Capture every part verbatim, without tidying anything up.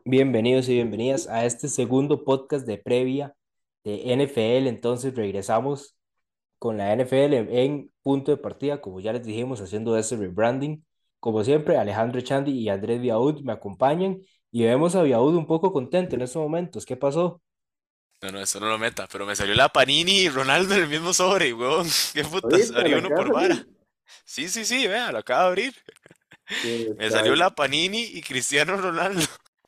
Bienvenidos y bienvenidas a este segundo podcast de previa de N F L. Entonces regresamos con la N F L en punto de partida, como ya les dijimos, haciendo ese rebranding. Como siempre, Alejandro Chandi y Andrés Viaud me acompañan y vemos a Viaud un poco contento en estos momentos. ¿Qué pasó? No, no, eso no lo meta, pero me salió la Panini y Ronaldo en el mismo sobre, weón. ¿Qué putas? Ahorita Haría la uno acaba por de vara. salir. Sí, sí, sí, vea, lo acabo de abrir. Qué Me salió tal. la Panini y Cristiano Ronaldo.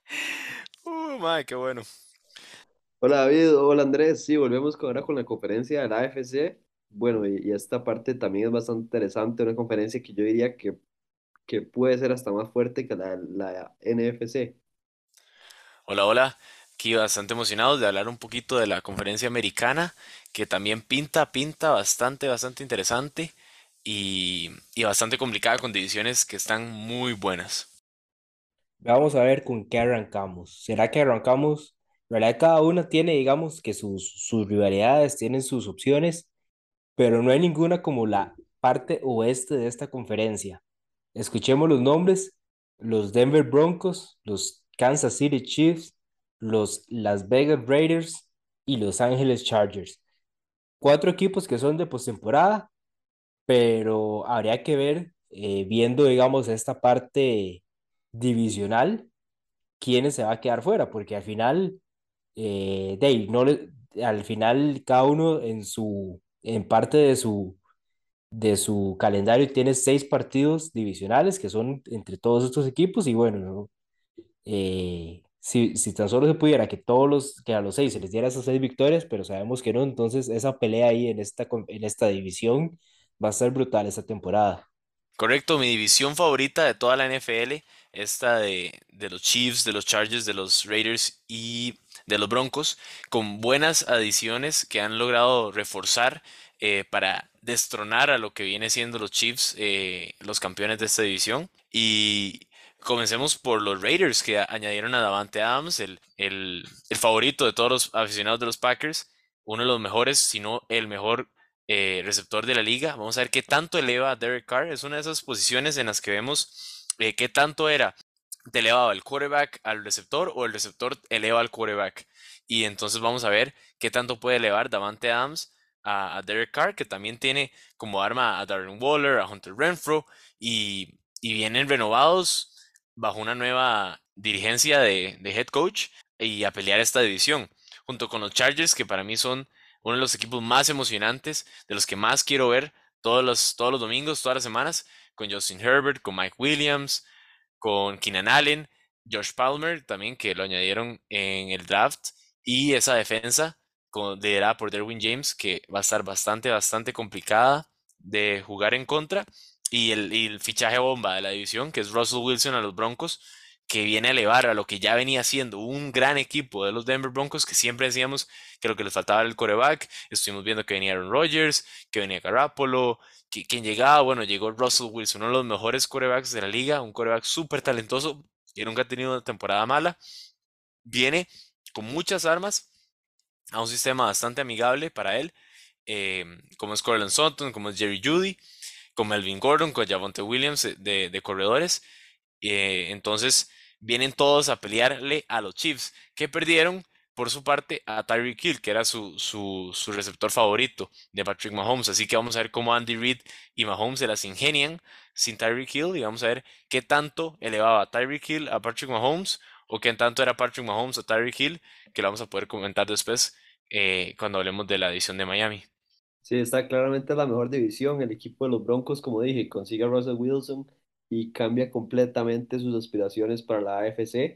Uh, madre, qué bueno. Hola David, hola Andrés, sí, volvemos con- ahora con la conferencia de la A F C. Bueno, y, y esta parte también es bastante interesante, una conferencia que yo diría que, que puede ser hasta más fuerte que la, la N F C. Hola, hola. Aquí bastante emocionados de hablar un poquito de la conferencia americana, que también pinta, pinta bastante, bastante interesante y, y bastante complicada con divisiones que están muy buenas. Vamos a ver con qué arrancamos. ¿Será que arrancamos? La verdad, cada una tiene, digamos, que sus, sus rivalidades, tienen sus opciones, pero no hay ninguna como la parte oeste de esta conferencia. Escuchemos los nombres: los Denver Broncos, los Kansas City Chiefs, los Las Vegas Raiders y Los Ángeles Chargers. Cuatro equipos que son de postemporada, pero habría que ver, eh, viendo, digamos, esta parte divisional, quiénes se va a quedar fuera, porque al final, eh, de ahí, no le- al final cada uno en su, en parte de su de su calendario tiene seis partidos divisionales que son entre todos estos equipos y bueno, ¿no? Eh, si, si tan solo se pudiera que todos los, que a los seis se les diera esas seis victorias, pero sabemos que no, entonces esa pelea ahí en esta, con- en esta división va a ser brutal esta temporada. Correcto, mi división favorita de toda la N F L, esta de, de los Chiefs, de los Chargers, de los Raiders y de los Broncos, con buenas adiciones que han logrado reforzar eh, para destronar a lo que viene siendo los Chiefs, eh, los campeones de esta división. Y comencemos por los Raiders, que a- añadieron a Davante Adams, el, el, el favorito de todos los aficionados de los Packers, uno de los mejores, si no el mejor eh, receptor de la liga. Vamos a ver qué tanto eleva a Derek Carr. Es una de esas posiciones en las que vemos eh, qué tanto era, te elevaba el quarterback al receptor o el receptor eleva al quarterback. Y entonces vamos a ver qué tanto puede elevar Davante Adams a, a Derek Carr, que también tiene como arma a Darren Waller, a Hunter Renfro, y, y vienen renovados bajo una nueva dirigencia de, de head coach y a pelear esta división, junto con los Chargers, que para mí son uno de los equipos más emocionantes, de los que más quiero ver todos los, todos los domingos, todas las semanas, con Justin Herbert, con Mike Williams, con Keenan Allen, Josh Palmer también, que lo añadieron en el draft, y esa defensa con, liderada por Derwin James, que va a estar bastante, bastante complicada de jugar en contra, y el, y el fichaje bomba de la división, que es Russell Wilson a los Broncos, que viene a elevar a lo que ya venía siendo un gran equipo de los Denver Broncos, que siempre decíamos que lo que les faltaba era el coreback. Estuvimos viendo que venía Aaron Rodgers, que venía Garoppolo, que quien llegaba, bueno, llegó Russell Wilson, uno de los mejores corebacks de la liga, un coreback súper talentoso, que nunca ha tenido una temporada mala. Viene con muchas armas a un sistema bastante amigable para él, eh, como es Courtland Sutton, como es Jerry Jeudy, con Melvin Gordon, con Javonte Williams eh, de, de corredores. Eh, entonces vienen todos a pelearle a los Chiefs, que perdieron por su parte a Tyreek Hill, que era su, su, su receptor favorito de Patrick Mahomes. Así que vamos a ver cómo Andy Reid y Mahomes se las ingenian sin Tyreek Hill, y vamos a ver qué tanto elevaba Tyreek Hill a Patrick Mahomes o qué tanto era Patrick Mahomes a Tyreek Hill, que lo vamos a poder comentar después eh, cuando hablemos de la edición de Miami. Sí, está claramente la mejor división. El equipo de los Broncos, como dije, consigue a Russell Wilson y cambia completamente sus aspiraciones para la A F C.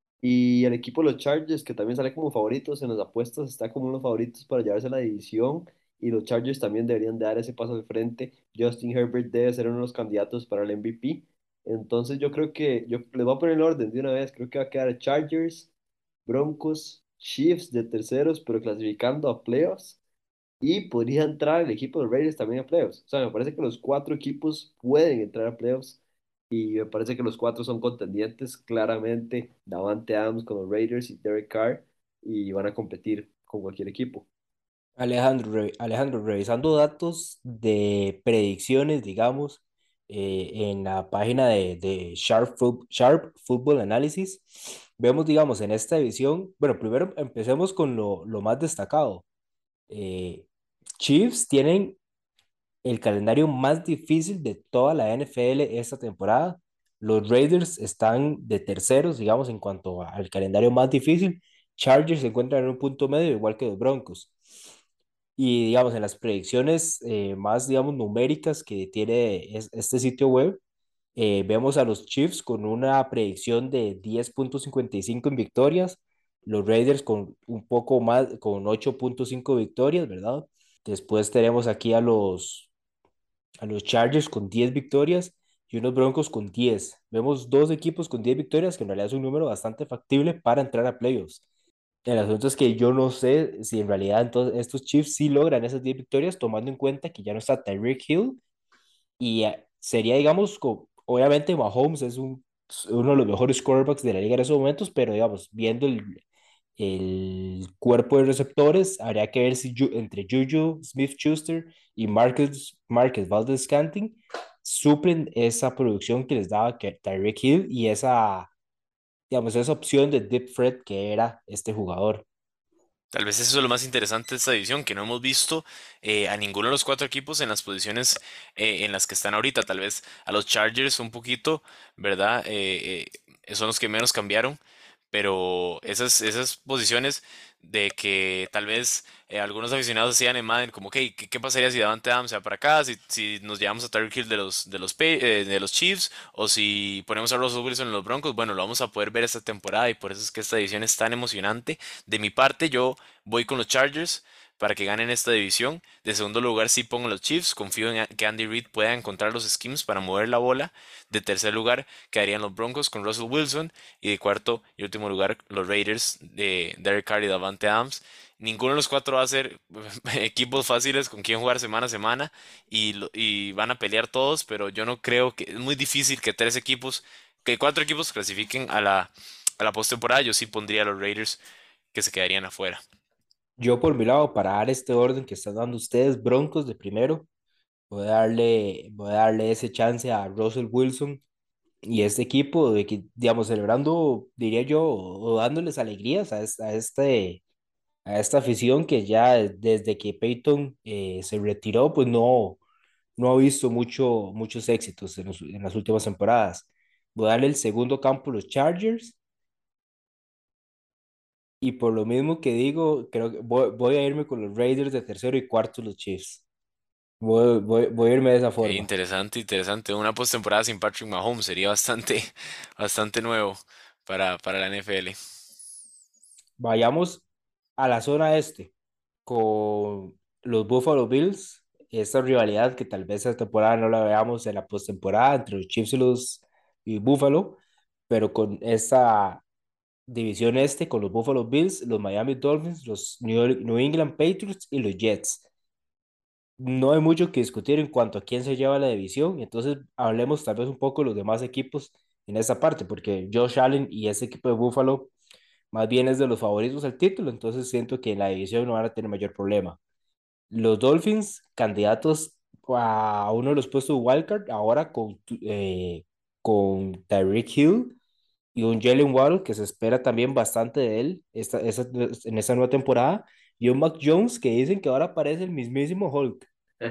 Y el equipo de los Chargers, que también sale como favoritos en las apuestas, está como unos favoritos para llevarse la división. Y los Chargers también deberían de dar ese paso al frente. Justin Herbert debe ser uno de los candidatos para el M V P. Entonces yo creo que, yo les voy a poner el orden de una vez. Creo que va a quedar Chargers, Broncos, Chiefs de terceros, pero clasificando a playoffs. Y podría entrar el equipo de los Raiders también a playoffs. O sea, me parece que los cuatro equipos pueden entrar a playoffs y me parece que los cuatro son contendientes claramente. Davante Adams con los Raiders y Derek Carr y van a competir con cualquier equipo. Alejandro, re- Alejandro, revisando datos de predicciones, digamos, eh, en la página de, de Sharp, Fut- Sharp Football Analysis, vemos, digamos, en esta división, bueno, primero empecemos con lo, lo más destacado. Eh, Chiefs tienen el calendario más difícil de toda la N F L esta temporada. Los Raiders están de terceros, digamos, en cuanto a- al calendario más difícil. Chargers se encuentran en un punto medio, igual que los Broncos. Y, digamos, en las predicciones eh, más, digamos, numéricas que tiene es- este sitio web, eh, vemos a los Chiefs con una predicción de diez punto cincuenta y cinco en victorias, los Raiders con un poco más, con ocho punto cinco victorias, ¿verdad? Después tenemos aquí a los, a los Chargers con diez victorias y unos Broncos con diez. Vemos dos equipos con diez victorias, que en realidad es un número bastante factible para entrar a playoffs. El asunto es que yo no sé si en realidad entonces estos Chiefs sí logran esas diez victorias, tomando en cuenta que ya no está Tyreek Hill y eh, sería, digamos, co- obviamente Mahomes es un, uno de los mejores quarterbacks de la liga en esos momentos, pero digamos, viendo el, el cuerpo de receptores, habría que ver si Ju- entre Juju Smith-Schuster y Marcus, Marcus Valdes-Scantling suplen esa producción que les daba que Tyreek Hill y esa, digamos, esa opción de deep threat que era este jugador. Tal vez eso es lo más interesante de esta división, que no hemos visto eh, a ninguno de los cuatro equipos en las posiciones eh, en las que están ahorita. Tal vez a los Chargers un poquito, ¿verdad? Eh, eh, son los que menos cambiaron, pero esas, esas posiciones de que tal vez eh, algunos aficionados hacían en Madden, como, que ¿qué, qué pasaría si Davante Adams se va para acá? Si, si nos llevamos a Tyreek Hill de los, de los, Pa- eh, de los Chiefs, o si ponemos a Russell Wilson en los Broncos. Bueno, lo vamos a poder ver esta temporada y por eso es que esta división es tan emocionante. De mi parte, yo voy con los Chargers para que ganen esta división. De segundo lugar, sí pongo los Chiefs. Confío en que Andy Reid pueda encontrar los schemes para mover la bola. De tercer lugar, quedarían los Broncos con Russell Wilson. Y de cuarto y último lugar, los Raiders de Derek Carr y Davante Adams. Ninguno de los cuatro va a ser equipos fáciles con quien jugar semana a semana y, lo- y van a pelear todos, pero yo no creo que es muy difícil que tres equipos, que cuatro equipos clasifiquen a la, a la postemporada. Yo sí pondría a los Raiders que se quedarían afuera. Yo por mi lado, para dar este orden que están dando ustedes, Broncos de primero, voy a darle, voy a darle ese chance a Russell Wilson y este equipo de que, digamos, celebrando, diría yo, o dándoles alegrías a, es- a este, a esta afición que ya desde que Peyton eh, se retiró, pues no, no ha visto mucho, muchos éxitos en, los- en las últimas temporadas. Voy a darle el segundo campo a los Chargers y por lo mismo que digo, creo que voy, voy a irme con los Raiders de tercero y cuarto los Chiefs. Voy, voy, voy a irme de esa Eh, forma. interesante, interesante. Una postemporada sin Patrick Mahomes sería bastante, bastante nuevo para, para la N F L. Vayamos a la zona este con los Buffalo Bills. Esta rivalidad que tal vez esta temporada no la veamos en la postemporada entre los Chiefs y los y Buffalo, pero con esta división este, con los Buffalo Bills, los Miami Dolphins, los New, New England Patriots y los Jets. No hay mucho que discutir en cuanto a quién se lleva la división, entonces hablemos tal vez un poco de los demás equipos en esa parte, porque Josh Allen y ese equipo de Buffalo más bien es de los favoritos al título, entonces siento que en la división no van a tener mayor problema. Los Dolphins, candidatos a uno de los puestos de wildcard, ahora con, eh, con Tyreek Hill y un Jalen Waddle que se espera también bastante de él esta, esa- en esta nueva temporada, y un Mac Jones que dicen que ahora parece el mismísimo Hulk.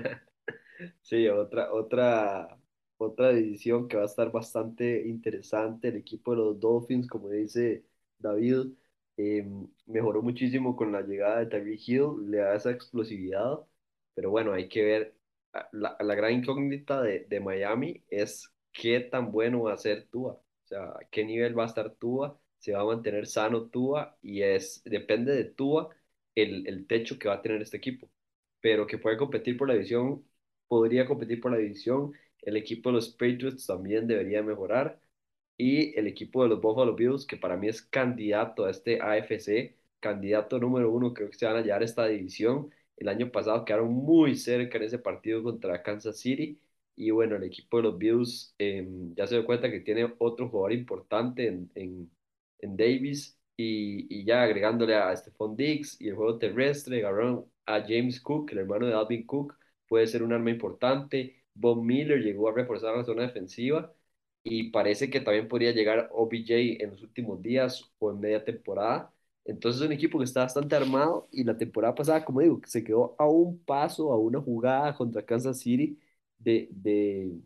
Sí, otra, otra, otra división que va a estar bastante interesante. El equipo de los Dolphins, como dice David, eh, mejoró muchísimo con la llegada de Tyreek Hill, le da esa explosividad, pero bueno, hay que ver. a- La, la gran incógnita de, de Miami es qué tan bueno va a ser Tua, o sea, a qué nivel va a estar Tua, se va a mantener sano Tua y es, depende de Tua el, el techo que va a tener este equipo, pero que puede competir por la división, podría competir por la división. El equipo de los Patriots también debería mejorar. Y el equipo de los Buffalo Bills, que para mí es candidato a este A F C, candidato número uno, creo que se van a llevar esta división. El año pasado quedaron muy cerca en ese partido contra Kansas City. Y bueno, el equipo de los Bills eh, ya se dio cuenta que tiene otro jugador importante en, en, en Davis. Y, y ya agregándole a Stephon Diggs y el juego terrestre, agarraron a James Cook, el hermano de Alvin Cook, puede ser un arma importante. Von Miller llegó a reforzar la zona defensiva y parece que también podría llegar O B J en los últimos días o en media temporada. Entonces es un equipo que está bastante armado y la temporada pasada, como digo, se quedó a un paso, a una jugada contra Kansas City de, de,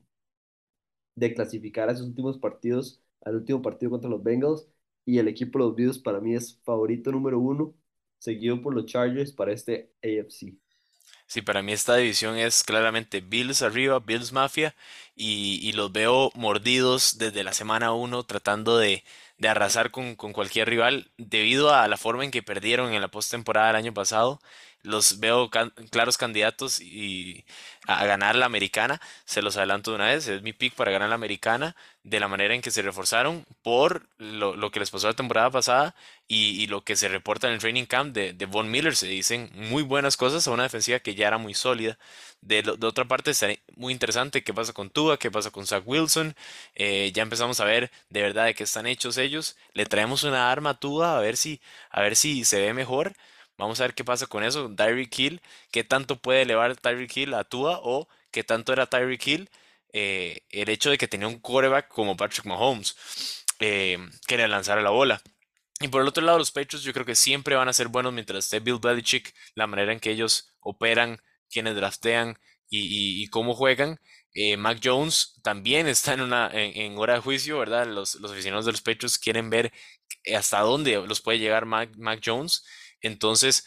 de clasificar a esos últimos partidos, al último partido contra los Bengals. Y el equipo de los Bills para mí es favorito número uno, seguido por los Chargers para este A F C. Sí, para mí esta división es claramente Bills arriba, Bills Mafia, y, y los veo mordidos desde la semana uno tratando de, de arrasar con, con cualquier rival debido a la forma en que perdieron en la postemporada del año pasado. Los veo can- claros candidatos y a, a ganar la americana. Se los adelanto de una vez, es mi pick para ganar la americana de la manera en que se reforzaron por lo, lo que les pasó la temporada pasada y, y lo que se reporta en el training camp de, de Von Miller. Se dicen muy buenas cosas a una defensiva que ya era muy sólida. De, lo- de otra parte, está muy interesante qué pasa con Tua, qué pasa con Zach Wilson. Eh, ya empezamos a ver de verdad de qué están hechos ellos. Le traemos una arma a Tua a ver si, a ver si se ve mejor. Vamos a ver qué pasa con eso. Tyreek Hill, qué tanto puede elevar Tyreek Hill a Tua o qué tanto era Tyreek Hill eh, el hecho de que tenía un quarterback como Patrick Mahomes eh, que le lanzara la bola. Y por el otro lado, los Patriots yo creo que siempre van a ser buenos mientras esté Bill Belichick, la manera en que ellos operan, quienes draftean y, y- y cómo juegan. Eh, Mac Jones también está en una en, en hora de juicio, ¿verdad? Los, los aficionados de los Patriots quieren ver hasta dónde los puede llegar Mac, Mac Jones. Entonces,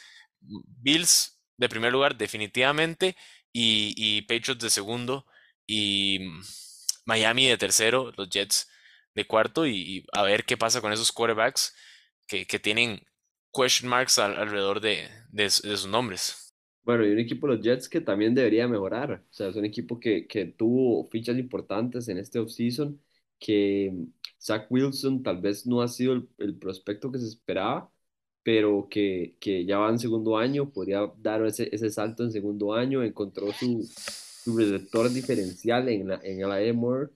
Bills de primer lugar, definitivamente, y, y Patriots de segundo, y mm, Miami de tercero, los Jets de cuarto, y, y a ver qué pasa con esos quarterbacks que, que tienen question marks al- alrededor de, de s- de sus nombres. Bueno, y un equipo de los Jets que también debería mejorar. O sea, es un equipo que, que tuvo fichas importantes en este offseason, que mm, Zach Wilson tal vez no ha sido el, el prospecto que se esperaba, pero que, que ya va en segundo año, podría dar ese, ese salto en segundo año, encontró su, su receptor diferencial en la, en el A M Moore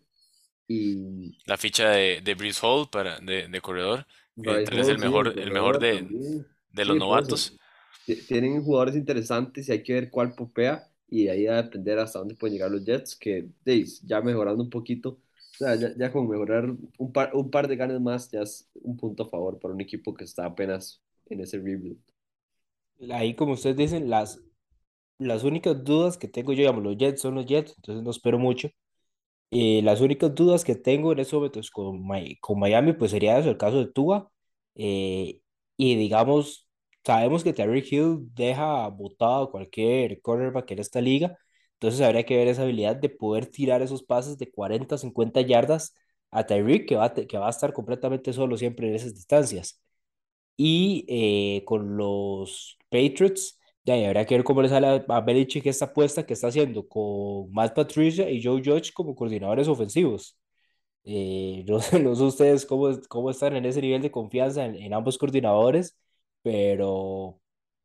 y La ficha de, de Breece Hall para, de, de corredor, que Bryce tal vez el Hall, sí, el mejor, el mejor corredor de, también. de los Sí, por eso. novatos. T- Tienen jugadores interesantes y hay que ver cuál popea y de ahí a depender hasta dónde pueden llegar los Jets, que Days, ya mejorando un poquito, o sea, ya, ya con mejorar un par, un par de ganas más ya es un punto a favor para un equipo que está apenas en ese rebuild. Ahí, como ustedes dicen, las, las únicas dudas que tengo yo, digamos, los Jets son los Jets, entonces no espero mucho. Eh, las únicas dudas que tengo en estos momentos con, Mi- con Miami, pues sería eso, el caso de Tua. eh, y digamos, sabemos que Tyreek Hill deja botado a cualquier cornerback en esta liga, entonces habría que ver esa habilidad de poder tirar esos pases de cuarenta cincuenta yardas a Tyreek, que va, a te- que va a estar completamente solo siempre en esas distancias. Y eh, con los Patriots, ya y habrá que ver cómo le sale a, a Belichick esta apuesta que está haciendo con Matt Patricia y Joe Judge como coordinadores ofensivos. Eh, no sé, no sé ustedes cómo, cómo están en ese nivel de confianza en, en ambos coordinadores, pero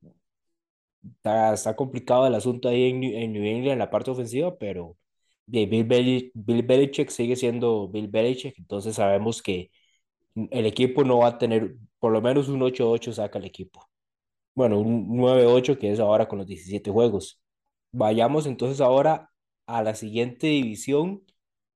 está, está complicado el asunto ahí en, New- en New England en la parte ofensiva, pero de Bill, Beli- Bill Belichick sigue siendo Bill Belichick, entonces sabemos que el equipo no va a tener, por lo menos un ocho ocho saca el equipo. Bueno, un nueve ocho que es ahora con los diecisiete juegos. Vayamos entonces ahora a la siguiente división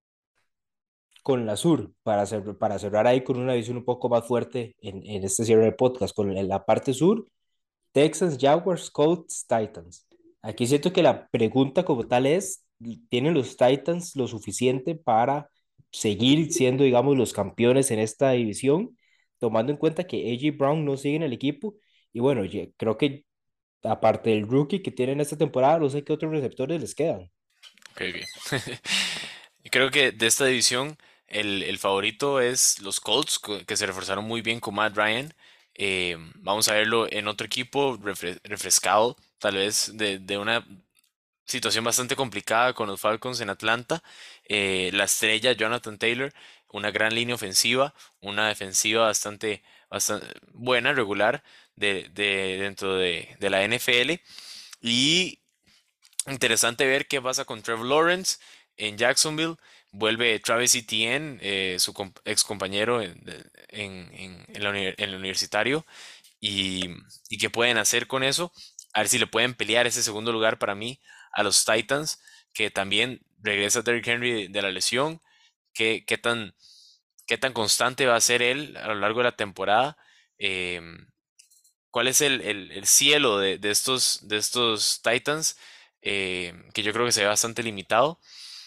con la Sur, para, cer- para cerrar ahí con una división un poco más fuerte en, en este cierre de podcast. Con la la parte sur, Texans, Jaguars, Colts, Titans. Aquí siento que la pregunta como tal es, ¿tienen los Titans lo suficiente para seguir siendo, digamos, los campeones en esta división? Tomando en cuenta que A J Brown no sigue en el equipo. Y bueno, ye- creo que aparte del rookie que tienen esta temporada, no sé qué otros receptores les quedan. Ok, ok. Y creo que de esta división el, el favorito es los Colts, co- que se reforzaron muy bien con Matt Ryan. Eh, vamos a verlo en otro equipo refre- refrescado, tal vez de, de una situación bastante complicada con los Falcons en Atlanta. Eh, la estrella Jonathan Taylor, una gran línea ofensiva, una defensiva bastante, bastante buena, regular de, de- dentro de, de la N F L. Y interesante ver qué pasa con Trevor Lawrence en Jacksonville. Vuelve Travis Etienne, eh, su com- ex compañero en, en- en- en la uni- en el universitario, y, y qué pueden hacer con eso. A ver si le pueden pelear ese segundo lugar para mí a los Titans, que también regresa Derrick Henry de la lesión, qué, qué tan, qué tan constante va a ser él a lo largo de la temporada. em, ¿Cuál es el, el- el cielo de, de estos, de estos Titans? Eh, que yo creo que se ve bastante limitado.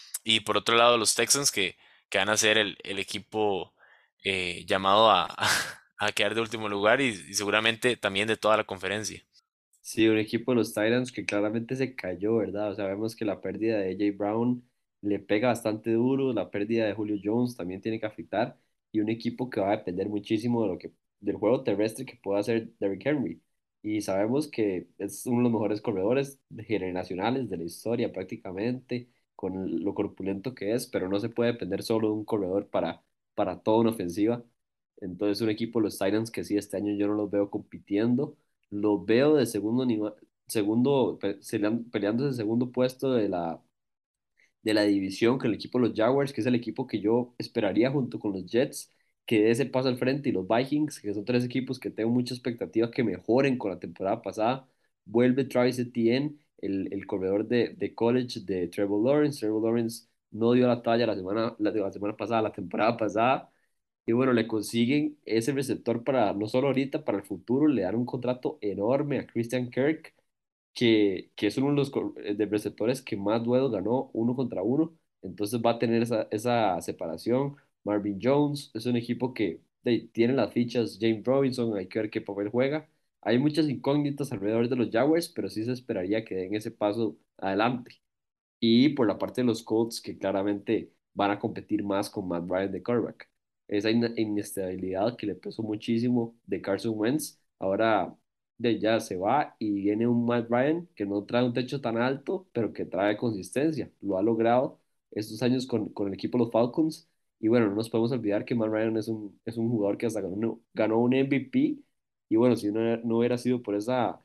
Y por otro lado, los Texans que, que van a ser el, el equipo eh, llamado a, a quedar de último lugar y, y seguramente también de toda la conferencia. Sí, un equipo de los Titans que claramente se cayó, ¿verdad? O sea, vemos que la pérdida de A J Brown le pega bastante duro, la pérdida de Julio Jones también tiene que afectar, y un equipo que va a depender muchísimo de lo que, del juego terrestre que pueda hacer Derrick Henry. Y sabemos que es uno de los mejores corredores generacionales de la historia prácticamente, con lo corpulento que es, pero no se puede depender solo de un corredor para, para toda una ofensiva. Entonces, un equipo de los Titans que sí, este año yo no los veo compitiendo, lo veo de segundo nivel, segundo, pe- pelean- peleando ese segundo puesto de la, de la división con el equipo de los Jaguars, que es el equipo que yo esperaría junto con los Jets, que dé ese paso al frente, y los Vikings, que son tres equipos que tengo mucha expectativa que mejoren con la temporada pasada. Vuelve Travis Etienne, el, el corredor de, de college de Trevor Lawrence. Trevor Lawrence no dio la talla la semana, la, la semana pasada, la temporada pasada. Y bueno, le consiguen ese receptor para, no solo ahorita, para el futuro, le dan un contrato enorme a Christian Kirk, que, que es uno de los cor- eh, de receptores que más duelos ganó uno contra uno. Entonces va a tener esa, esa separación. Marvin Jones es un equipo que de, tiene las fichas. James Robinson, hay que ver qué papel juega. Hay muchas incógnitas alrededor de los Jaguars, pero sí se esperaría que den ese paso adelante. Y por la parte de los Colts, que claramente van a competir más con Matt Ryan de quarterback. Esa in- inestabilidad que le pesó muchísimo de Carson Wentz, ahora de ya se va y viene un Matt Ryan que no trae un techo tan alto, pero que trae consistencia. Lo ha logrado estos años con, con el equipo de los Falcons. Y bueno, no nos podemos olvidar que Matt Ryan es un, es un jugador que hasta ganó, ganó un M V P. Y bueno, si no, no hubiera sido por esa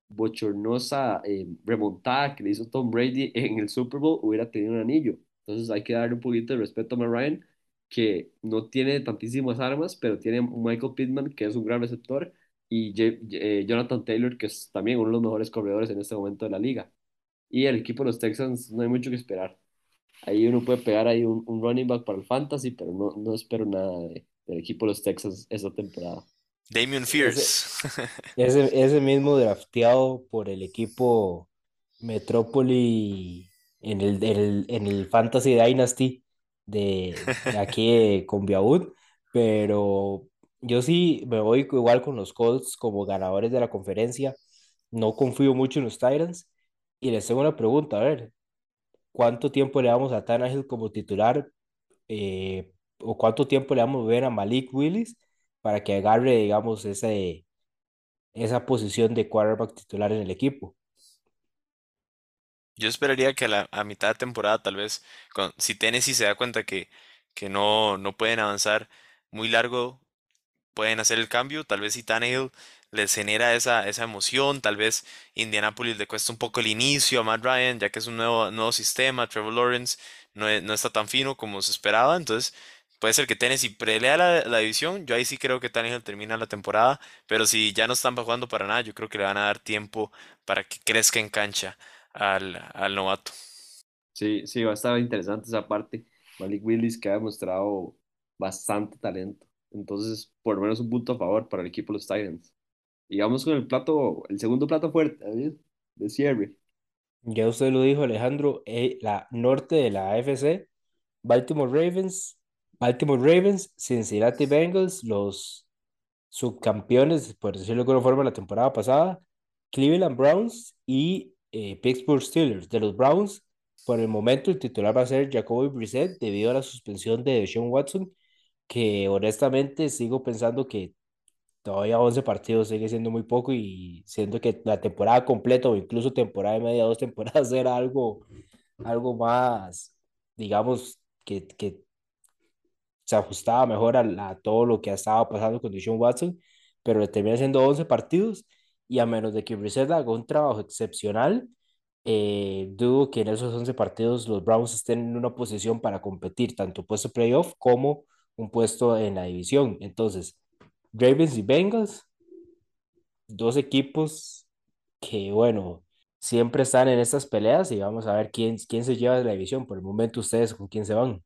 bochornosa eh, remontada que le hizo Tom Brady en el Super Bowl, hubiera tenido un anillo. Entonces hay que darle un poquito de respeto a Matt Ryan, que no tiene tantísimas armas, pero tiene a Michael Pittman, que es un gran receptor, y Je- eh, Jonathan Taylor, que es también uno de los mejores corredores en este momento de la liga. Y el equipo de los Texans no hay mucho que esperar. Ahí uno puede pegar ahí un, un running back para el fantasy, pero no, no espero nada de- del equipo de los Texans esta temporada. Damian Ese, Fierce. ese, ese mismo drafteado por el equipo Metrópoli en el, el- en el Fantasy Dynasty de, de aquí de Conviaud, pero yo sí me voy igual con los Colts como ganadores de la conferencia. No confío mucho en los Titans y les tengo una pregunta, a ver, ¿cuánto tiempo le damos a Tannehill como titular eh, o cuánto tiempo le vamos a ver a Malik Willis para que agarre, digamos, ese, esa posición de quarterback titular en el equipo? Yo esperaría que a la a mitad de temporada, tal vez, con- si Tennessee se da cuenta que, que no, no pueden avanzar muy largo, pueden hacer el cambio. Tal vez si Tannehill les genera esa, esa emoción, tal vez Indianapolis le cuesta un poco el inicio a Matt Ryan, ya que es un nuevo, nuevo sistema. Trevor Lawrence no, es- no está tan fino como se esperaba. Entonces, puede ser que Tennessee pelea la, la división. Yo ahí sí creo que Tannehill termina la temporada. Pero si ya no están jugando para nada, yo creo que le van a dar tiempo para que crezca en cancha al, al novato. Sí, sí, va a estar interesante esa parte. Malik Willis que ha demostrado bastante talento. Entonces, por lo menos un punto a favor para el equipo de los Titans. Y vamos con el plato, el segundo plato fuerte, David, de cierre. Ya usted lo dijo, Alejandro, eh, la norte de la A F C, Baltimore Ravens, Baltimore Ravens, Cincinnati Bengals, los subcampeones, por decirlo de alguna forma, la temporada pasada, Cleveland Browns y eh, Pittsburgh Steelers. De los Browns, por el momento el titular va a ser Jacoby Brissett debido a la suspensión de Deshaun Watson, que honestamente sigo pensando que todavía once partidos sigue siendo muy poco y siento que la temporada completa o incluso temporada y media, dos temporadas era algo, algo más, digamos, que, que se ajustaba mejor a, la- a todo lo que estaba pasando con Deshaun Watson, pero le termina siendo once partidos y a menos de que Brissett haga un trabajo excepcional, eh, dudo que en esos once partidos los Browns estén en una posición para competir tanto puesto playoff como un puesto en la división. Entonces, Ravens y Bengals, dos equipos que, bueno, siempre están en estas peleas y vamos a ver quién, quién se lleva la división. Por el momento ustedes con quién se van.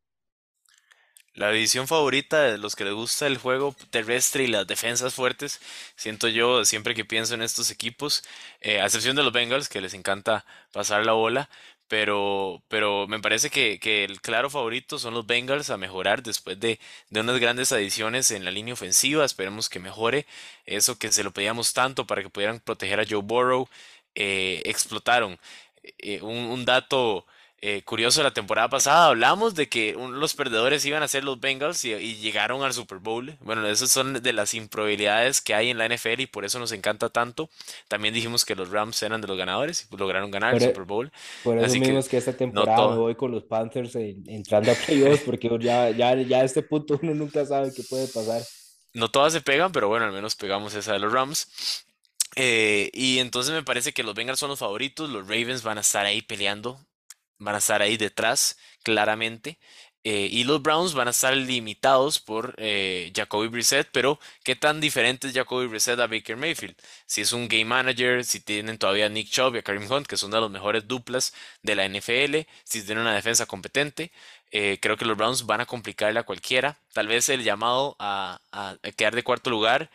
La división favorita de los que les gusta el juego terrestre y las defensas fuertes, siento yo siempre que pienso en estos equipos, eh, a excepción de los Bengals, que les encanta pasar la bola, pero, pero me parece que, que el claro favorito son los Bengals a mejorar después de, de unas grandes adiciones en la línea ofensiva. Esperemos que mejore eso que se lo pedíamos tanto para que pudieran proteger a Joe Burrow. Eh, explotaron. Eh, un, un dato eh, curioso, la temporada pasada hablamos de que un- los perdedores iban a ser los Bengals y, y llegaron al Super Bowl. Bueno, esas son de las improbabilidades que hay en la N F L y por eso nos encanta tanto. También dijimos que los Rams eran de los ganadores y pues lograron ganar el Por, Super e- Bowl. por eso Así mismo que es que esta no temporada me todo, voy con los Panthers en- entrando a playoffs porque ya, ya, ya a este punto uno nunca sabe qué puede pasar. no todas se pegan, pero bueno, al menos pegamos esa de los Rams. Eh, y entonces me parece que los Bengals son los favoritos, los Ravens van a estar ahí peleando, van a estar ahí detrás, claramente. Eh, y los Browns van a estar limitados por eh, Jacoby Brissett, pero ¿qué tan diferente es Jacoby Brissett a Baker Mayfield? Si es un game manager, si tienen todavía a Nick Chubb y a Kareem Hunt, que son de las mejores duplas de la N F L, si tienen una defensa competente, eh, creo que los Browns van a complicarle a cualquiera. Tal vez el llamado a, a- a quedar de cuarto lugar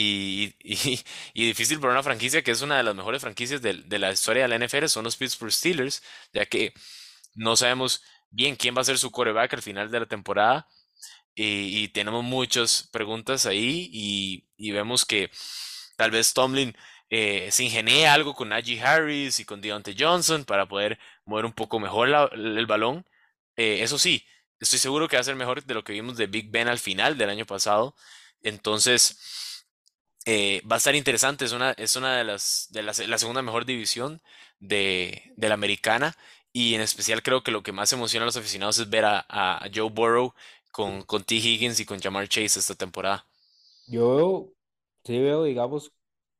y, y- y difícil para una franquicia que es una de las mejores franquicias del- de, la historia de la N F L son los Pittsburgh Steelers, ya que no sabemos bien quién va a ser su quarterback al final de la temporada y, y tenemos muchas preguntas ahí y, y vemos que tal vez Tomlin eh, se ingenie algo con Najee Harris y con Deontay Johnson para poder mover un poco mejor la- el balón. Eh, eso sí, estoy seguro que va a ser mejor de lo que vimos de Big Ben al final del año pasado. Entonces, eh, va a estar interesante, es una, es una de las, de las- la segunda mejor división de, de la americana y en especial creo que lo que más emociona a los aficionados es ver a, a Joe Burrow con, con T. Higgins y con Jamar Chase esta temporada. Yo veo, sí veo, digamos,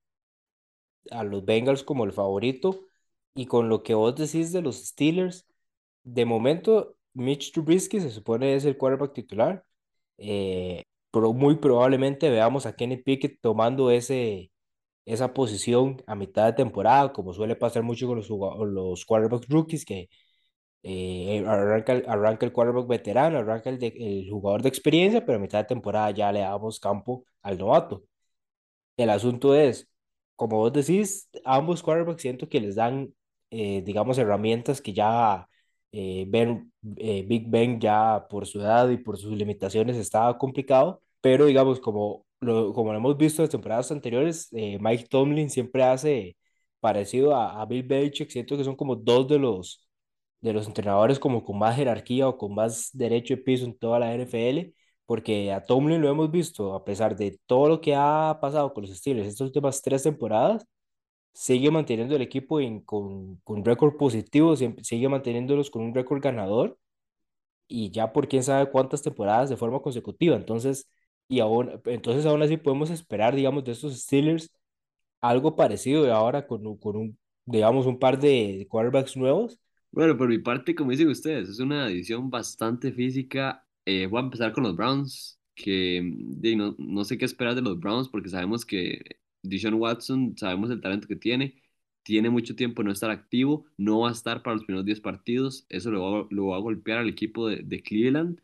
a los Bengals como el favorito y con lo que vos decís de los Steelers, de momento Mitch Trubisky se supone es el quarterback titular, eh, pero muy probablemente veamos a Kenny Pickett tomando ese, esa posición a mitad de temporada, como suele pasar mucho con los, jugado- los quarterbacks rookies, que eh, arranca, el- arranca el quarterback veterano, arranca el, de- el jugador de experiencia, pero a mitad de temporada ya le damos campo al novato. El asunto es, como vos decís, ambos quarterbacks siento que les dan, eh, digamos, herramientas que ya eh, Ben, eh, Big Ben ya por su edad y por sus limitaciones estaba complicado, pero digamos, como lo, como lo hemos visto en las temporadas anteriores, eh, Mike Tomlin siempre hace parecido a, a Bill Belichick, siento que son como dos de los, de los entrenadores como con más jerarquía o con más derecho de piso en toda la N F L porque a Tomlin lo hemos visto, a pesar de todo lo que ha pasado con los Steelers estas últimas tres temporadas, sigue manteniendo el equipo en- con, con récord positivo, siempre- sigue manteniéndolos con un récord ganador y ya por quién sabe cuántas temporadas de forma consecutiva. Entonces, y aún, entonces aún así podemos esperar, digamos, de estos Steelers algo parecido y ahora con, un- con un, digamos, un par de quarterbacks nuevos. Bueno, por mi parte, como dicen ustedes, es una división bastante física. Eh, voy a empezar con los Browns, que de, no, no sé qué esperar de los Browns porque sabemos que Deshaun Watson, sabemos el talento que tiene, tiene mucho tiempo de no estar activo, no va a estar para los primeros diez partidos, eso lo va, lo va a golpear al equipo de, de Cleveland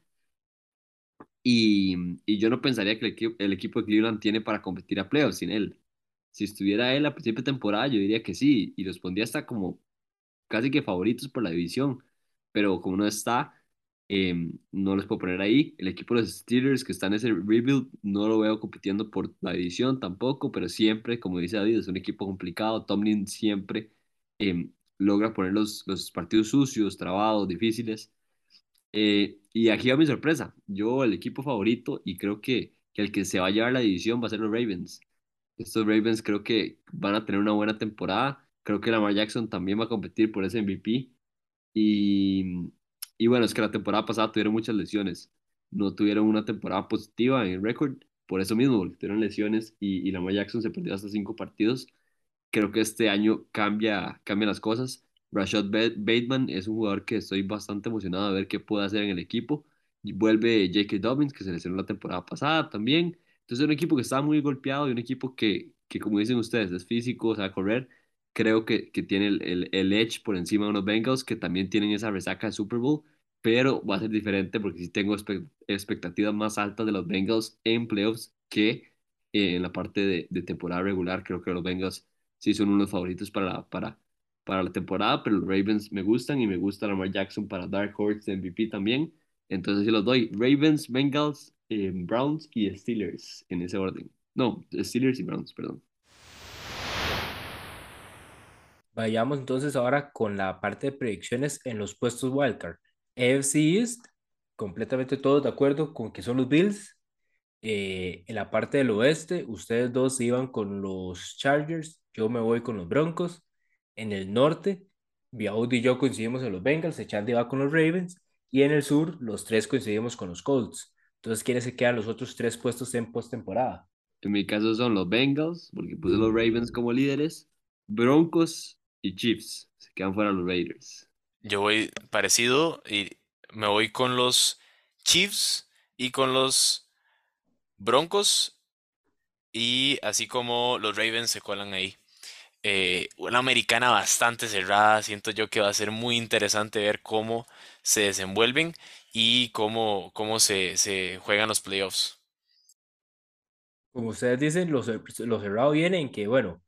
y, y yo no pensaría que el, equi- el equipo de Cleveland tiene para competir a playoffs sin él. Si estuviera él a principio de temporada, yo diría que sí, y los pondría hasta como casi que favoritos por la división, pero como no está, eh, no los puedo poner ahí. El equipo de los Steelers que está en ese rebuild no lo veo compitiendo por la división tampoco, pero siempre, como dice David, es un equipo complicado. Tomlin siempre eh, logra poner los, los partidos sucios, trabados, difíciles. Eh, y aquí va mi sorpresa. Yo, el equipo favorito, y creo que, que el que se va a llevar la división va a ser los Ravens. Estos Ravens creo que van a tener una buena temporada. Creo que Lamar Jackson también va a competir por ese M V P. Y, y bueno, es que la temporada pasada tuvieron muchas lesiones. No tuvieron una temporada positiva en el récord. Por eso mismo, porque tuvieron lesiones y, y Lamar Jackson se perdió hasta cinco partidos. Creo que este año cambia, cambia las cosas. Rashad Ba- Bateman es un jugador que estoy bastante emocionado de ver qué puede hacer en el equipo. Y vuelve J K. Dobbins, que se lesionó la temporada pasada también. Entonces es un equipo que está muy golpeado y un equipo que, que como dicen ustedes, es físico, sabe correr. creo que, que tiene el, el, el edge por encima de unos Bengals que también tienen esa resaca de Super Bowl, pero va a ser diferente porque sí tengo espe- expectativas más altas de los Bengals en playoffs que eh, en la parte de, de temporada regular. Creo que los Bengals sí son unos favoritos para la, para, para la temporada, pero los Ravens me gustan y me gusta Lamar Jackson para Dark Horse de M V P también. Entonces sí los doy. Ravens, Bengals, eh, Browns y Steelers en ese orden. No, Steelers y Browns, perdón. Vayamos entonces ahora con la parte de predicciones en los puestos wildcard. A F C East, completamente todos de acuerdo con que son los Bills. Eh, en la parte del oeste, ustedes dos se iban con los Chargers, yo me voy con los Broncos. En el norte, Biaud y yo coincidimos en los Bengals, Echandi va con los Ravens. Y en el sur, los tres coincidimos con los Colts. Entonces, ¿quiénes se quedan los otros tres puestos en postemporada? En mi caso son los Bengals, porque puse los Ravens como líderes, Broncos y Chiefs. Se quedan fuera los Raiders. Yo voy parecido y me voy con los Chiefs y con los Broncos y así como los Ravens se cuelan ahí. Eh, una americana bastante cerrada, siento yo que va a ser muy interesante ver cómo se desenvuelven y cómo, cómo se, se juegan los playoffs. Como ustedes dicen, los, los cerrados vienen en que, bueno,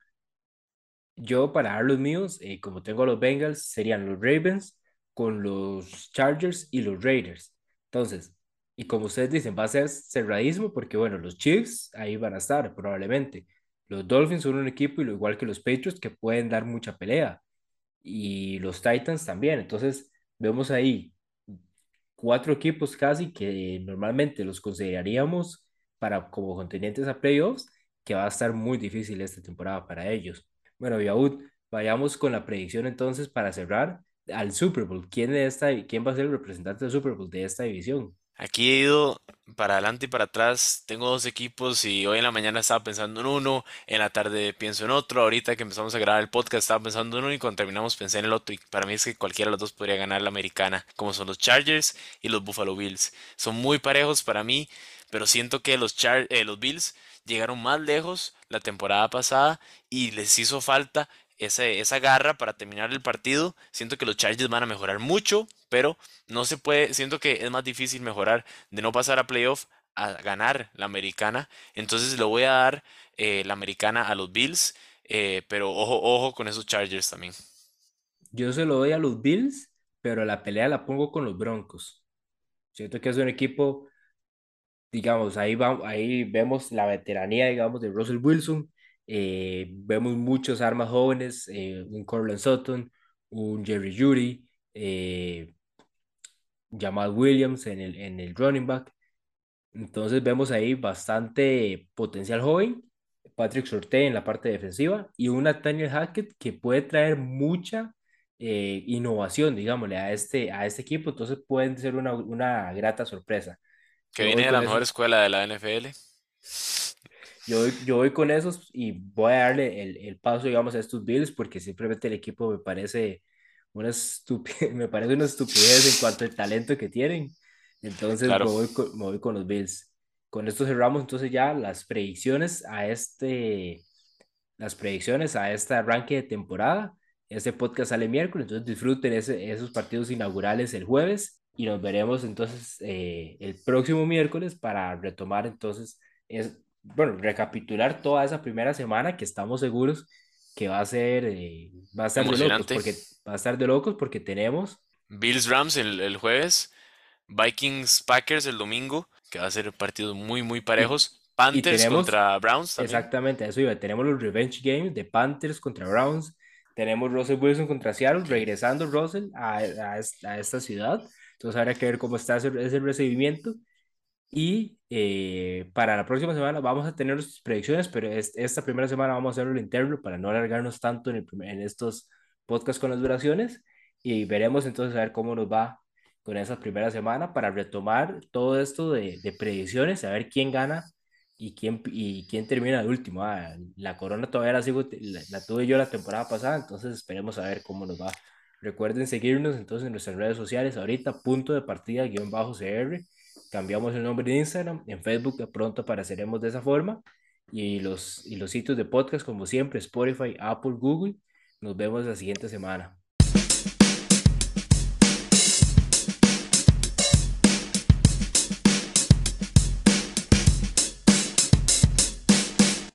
yo para dar los míos, eh, como tengo a los Bengals, serían los Ravens con los Chargers y los Raiders. Entonces, y como ustedes dicen, va a ser cerradísimo porque, bueno, los Chiefs ahí van a estar probablemente. Los Dolphins son un equipo, y lo igual que los Patriots, que pueden dar mucha pelea. Y los Titans también. Entonces, vemos ahí cuatro equipos casi que normalmente los consideraríamos para como contendientes a playoffs, que va a estar muy difícil esta temporada para ellos. Bueno, Yaud, vayamos con la predicción entonces para cerrar al Super Bowl. ¿Quién, de esta, quién va a ser el representante del Super Bowl de esta división? Aquí he ido para adelante y para atrás. Tengo dos equipos y hoy en la mañana estaba pensando en uno, en la tarde pienso en otro. Ahorita que empezamos a grabar el podcast estaba pensando en uno y cuando terminamos pensé en el otro. Y para mí es que cualquiera de los dos podría ganar la americana, como son los Chargers y los Buffalo Bills. Son muy parejos para mí, pero siento que los, Char eh, los Bills llegaron más lejos la temporada pasada y les hizo falta ese- esa garra para terminar el partido. Siento que los Chargers van a mejorar mucho, pero no se puede, siento que es más difícil mejorar de no pasar a playoff a ganar la americana. Entonces le voy a dar eh, la americana a los Bills, eh, pero ojo, ojo con esos Chargers también. Yo se lo doy a los Bills, pero la pelea la pongo con los Broncos. Siento que es un equipo, digamos, ahí, va, ahí vemos la veteranía, digamos, de Russell Wilson. Eh, vemos muchos armas jóvenes, eh, un Cortland Sutton, un Jerry Jeudy, eh, Jamal Williams en el, en el running back. Entonces vemos ahí bastante potencial joven, Patrick Surtain en la parte defensiva y un Nathaniel Hackett que puede traer mucha eh, innovación, digámosle, a este, a este equipo. Entonces pueden ser una, una grata sorpresa. Que Yo viene voy de con la mejor esos, escuela de la N F L. yo voy, yo voy con esos y voy a darle el, el paso, digamos, a estos Bills porque simplemente el equipo me parece una estupidez, me parece una estupidez en cuanto al talento que tienen. Entonces me Claro. voy con, me voy con los Bills. Con esto cerramos entonces ya las predicciones a este, las predicciones a este arranque de temporada. Este podcast sale miércoles, entonces disfruten ese, esos partidos inaugurales el jueves y nos veremos entonces eh, el próximo miércoles para retomar entonces, es, bueno, recapitular toda esa primera semana que estamos seguros que va a ser, eh, va a estar de locos, Emocionante. porque va a estar de locos porque tenemos, Bills Rams el, el jueves. Vikings Packers el domingo, que va a ser partidos muy, muy y, parejos. y Panthers tenemos contra Browns también. exactamente, a eso iba. Tenemos los revenge games de Panthers contra Browns. Tenemos Russell Wilson contra Seattle, Ok. regresando Russell a, a, es- a esta ciudad. Entonces habrá que ver cómo está ese, ese recibimiento. Y eh, para la próxima semana vamos a tener nuestras predicciones, pero es- esta primera semana vamos a hacerlo el interno para no alargarnos tanto en, el primer- en estos podcasts con las duraciones. Y veremos entonces a ver cómo nos va con esa primera semana para retomar todo esto de, de predicciones, a ver quién gana y quién, y quién termina de último. Ah, la corona todavía la, sigo, la, la tuve yo la temporada pasada, entonces esperemos a ver cómo nos va. Recuerden seguirnos entonces en nuestras redes sociales ahorita, punto de partida, guión bajo C R. Cambiamos el nombre de Instagram, en Facebook de pronto apareceremos de esa forma y los, y los sitios de podcast como siempre, Spotify, Apple, Google, Nos vemos la siguiente semana.